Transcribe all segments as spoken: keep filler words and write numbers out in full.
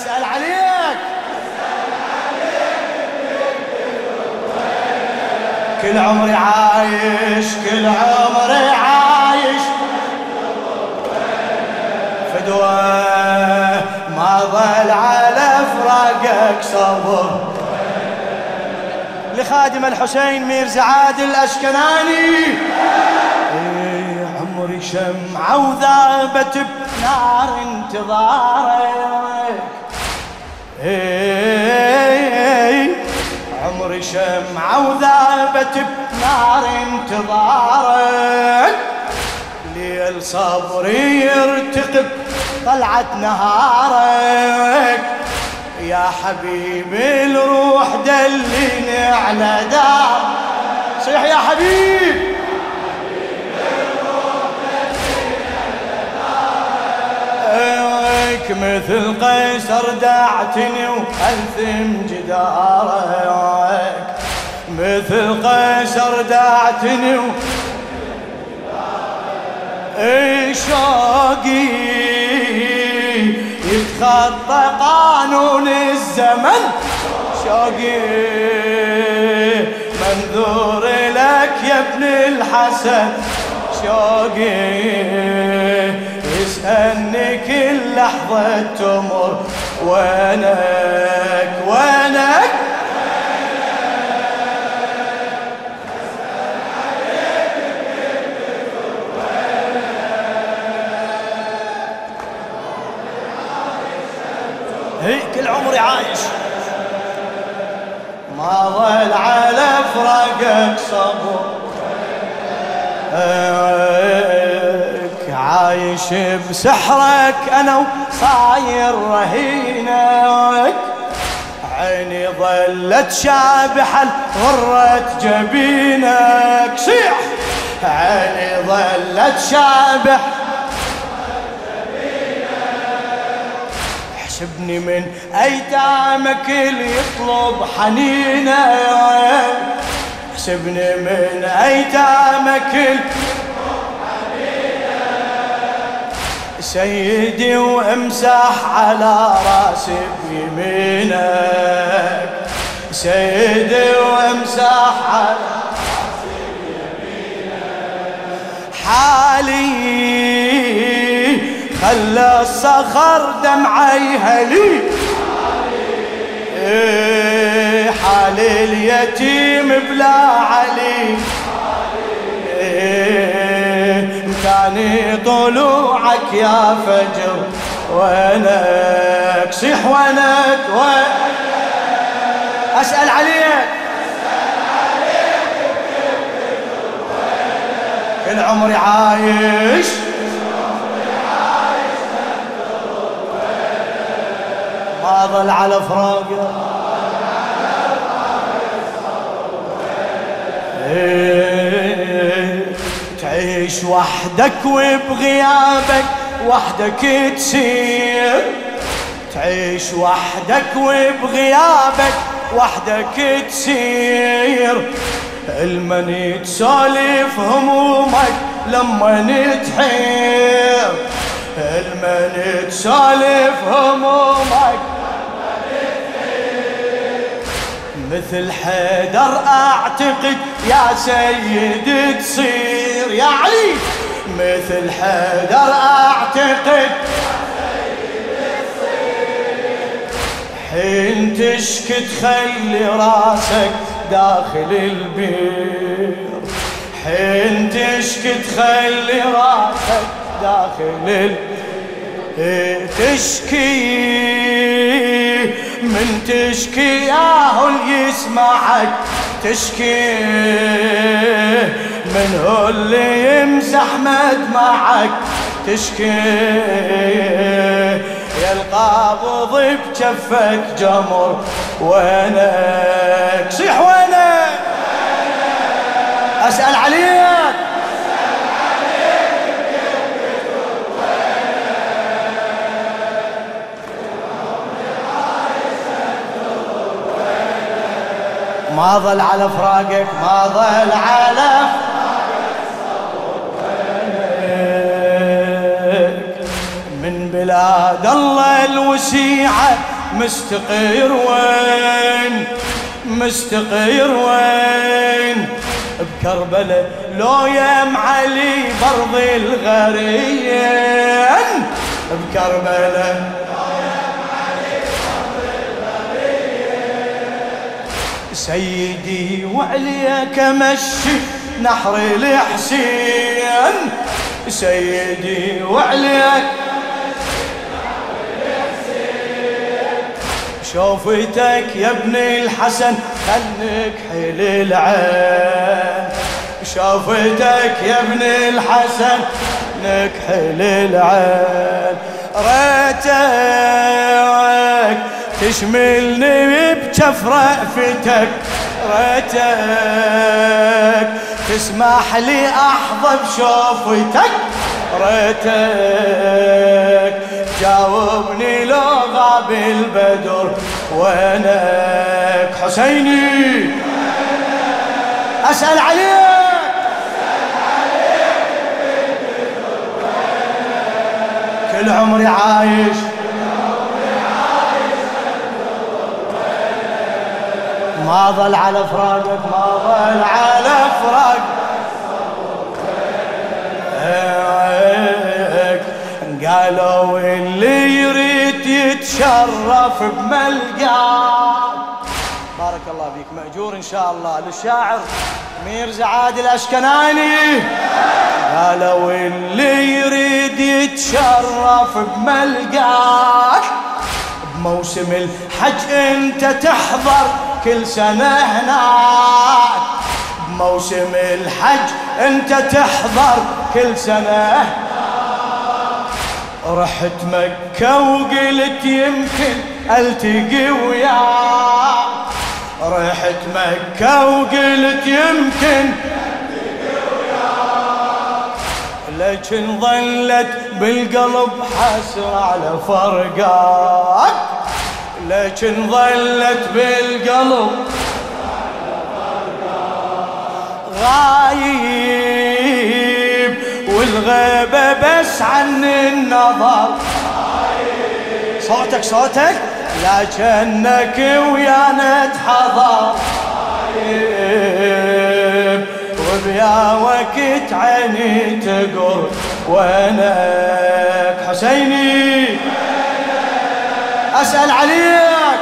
أسأل عليك كل عمري عايش كل عمري عايش فدوى ما ظل على فراقك صبر. لخادم الحسين ميرزا عادل الأشكناني إيه عمري شمعة وذابت بنار انتظارك إيه عمري شمعة وذابت بنار انتظارك ليل صبري يرتقب طلعت نهارك يا حبيبي الروح دليني على دار صيح يا حبيب مثل قيصر دعتني وألثم جدارك مثل قيصر دعتني و... اي شوقي يتخطى قانون الزمن شوقي منذور لك يا ابن الحسن شوقي يسألني كل لحظة تمر وينك وينك هي كل عمري عايش ما ظل على فراقك صبر عايش بسحرك أنا وصاير رهينك عيني ظلت شابحة غرة جبينك صيح عيني ظلت شابح احسبني من أيتامك اللي يطلب حنينك احسبني من أيتامك اللي سيدي وامسح على راسي بيمينك سيدي وامسح على راسي بيمينك حالي خلى الصخر دمعي هلي حالي حالي اليتيم بلا علي كاني طلوعك يا فجر وينك صيح وينك وينك أسأل عليك كل عمري عايش ما ظل على فراقك تعيش وحدك وبغيابك وحدك تسير تعيش وحدك وبغيابك وحدك تسير المن تسولف همومك لما تحير المن تسولف همومك مثل حيدر اعتقد يا سيد تصير يا علي مثل حيدر اعتقد حين تشكي تخلي راسك داخل البير حين تشكي تخلي راسك داخل البير تشكي من تشكي ياهو اللي يسمعك تشكي من هو اللي يمسح مدمعك تشكي يا القابض بجفك جمر وينك صيح وينك أسأل عليك ما ظل على فراقك ما ظل على فراقك من بلاد الله الوسيعة مستقير وين مستقير وين بكربلاء لو يم علي برض الغريين بكربلاء سيدي وعليك مشي نحر الحسين سيدي وعليك شوفتك يا ابن الحسن خلك حل العين شوفتك يا ابن الحسن نكحل العين ريتك تشملني بجف رأفتك ريتك تسمح لي احظى بشوفتك ريتك جاوبني لو غاب البدر وينك حسيني اسال عليك كل عمري عايش ما ظل على فراقك ما ظل على فراقك قالوا اللي يريد يتشرف بملقاك بارك الله فيك مأجور ان شاء الله للشاعر ميرزا عادل الاشكناني قالوا اللي يريد يتشرف بملقاك بموسم الحج انت تحضر كل سنة هناك بموسم الحج انت تحضر كل سنة رحت مكة وقلت يمكن التقي وياك رحت مكة وقلت يمكن التقي وياك لكن ظلت بالقلب حسرة على فرقاك لكن ظلت بالقلب غايب والغيبة بس عن النظر صوتك صوتك لكنك ويانا تحضر غايب وبيا وقت عيني تقر وينك حسيني أسأل عليك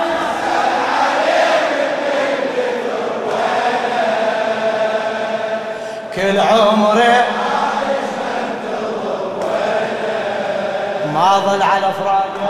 كل عمري ما ظل على فراقك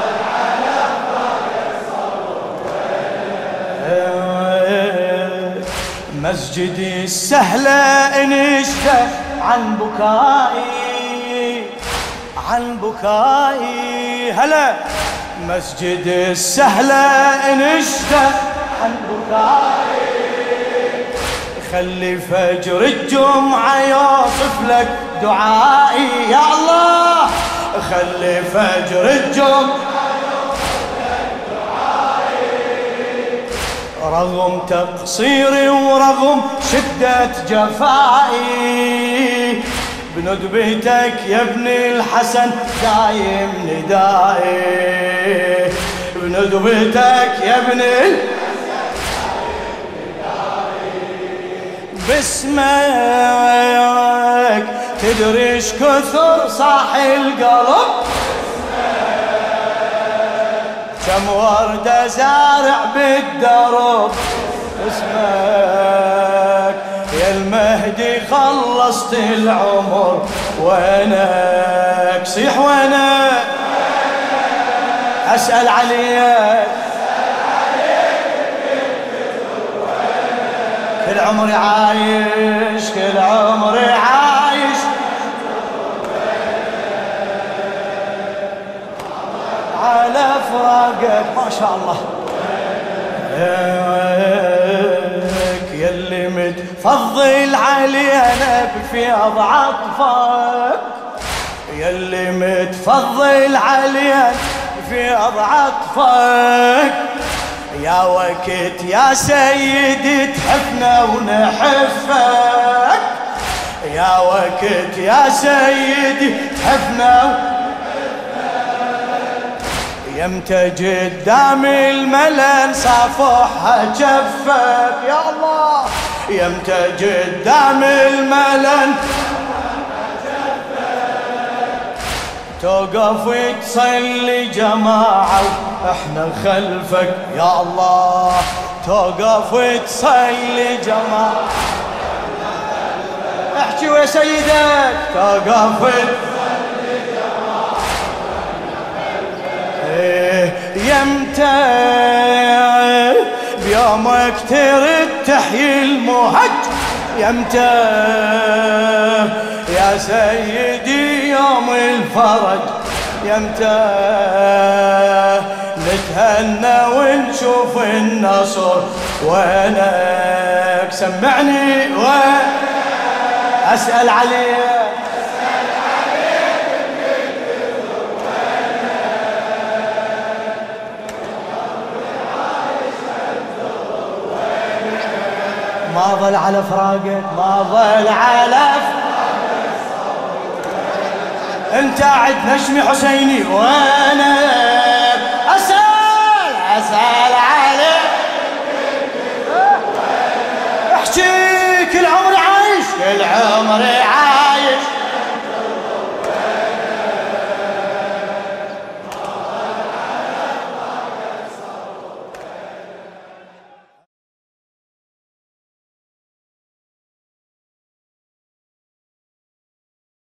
مسجدي السهلة انشفى عن بكائي عن بكائي هلا مسجد السهلة انشفى عن بكائي خلي فجر الجمعة يوصف لك دعائي يا الله خلي فجر الجمعة يوصف لك دعائي رغم تقصيري ورغم شدة جفائي بندبتك يا ابن الحسن دايم ندائي بندبتك يا ابن الحسن باسمك تدري ايش كثر صاح القلب كم وردة زارع بالدرب اسمك يا المهدي خلصت العمر وينك صيح وينك اسأل عليك كل عمري عايش كل عمري عايش على فراقك ما شاء الله يلي متفضل علينا بفيض عطفك يلي متفضل علينا بفيض عطفك يا وقت يا سيدي تحفنا ونحفك يا وقت يا سيدي تحفنا ونحفك يمتى قدام الملل صافحها جفك يا الله، يمتى قدام الملل توقف وتصلي جماعة واحنا خلفك يا الله، توقف وتصلي جماعة. احكي ويا سيدك. توقف وتصلي جماعة ايه يمتى بيومك ترد تحيي المهج، يمتى يا سيدي يوم الفرج، يمتى نتهنى ونشوف النصر وينك. سمعني وين أسأل عليك، أسأل عليك ما ظل على فراقك، ما ظل على انت عد نشمي حسيني وانا اسال اسال عليك. احكي كل عمري عايش، كل عمري عايش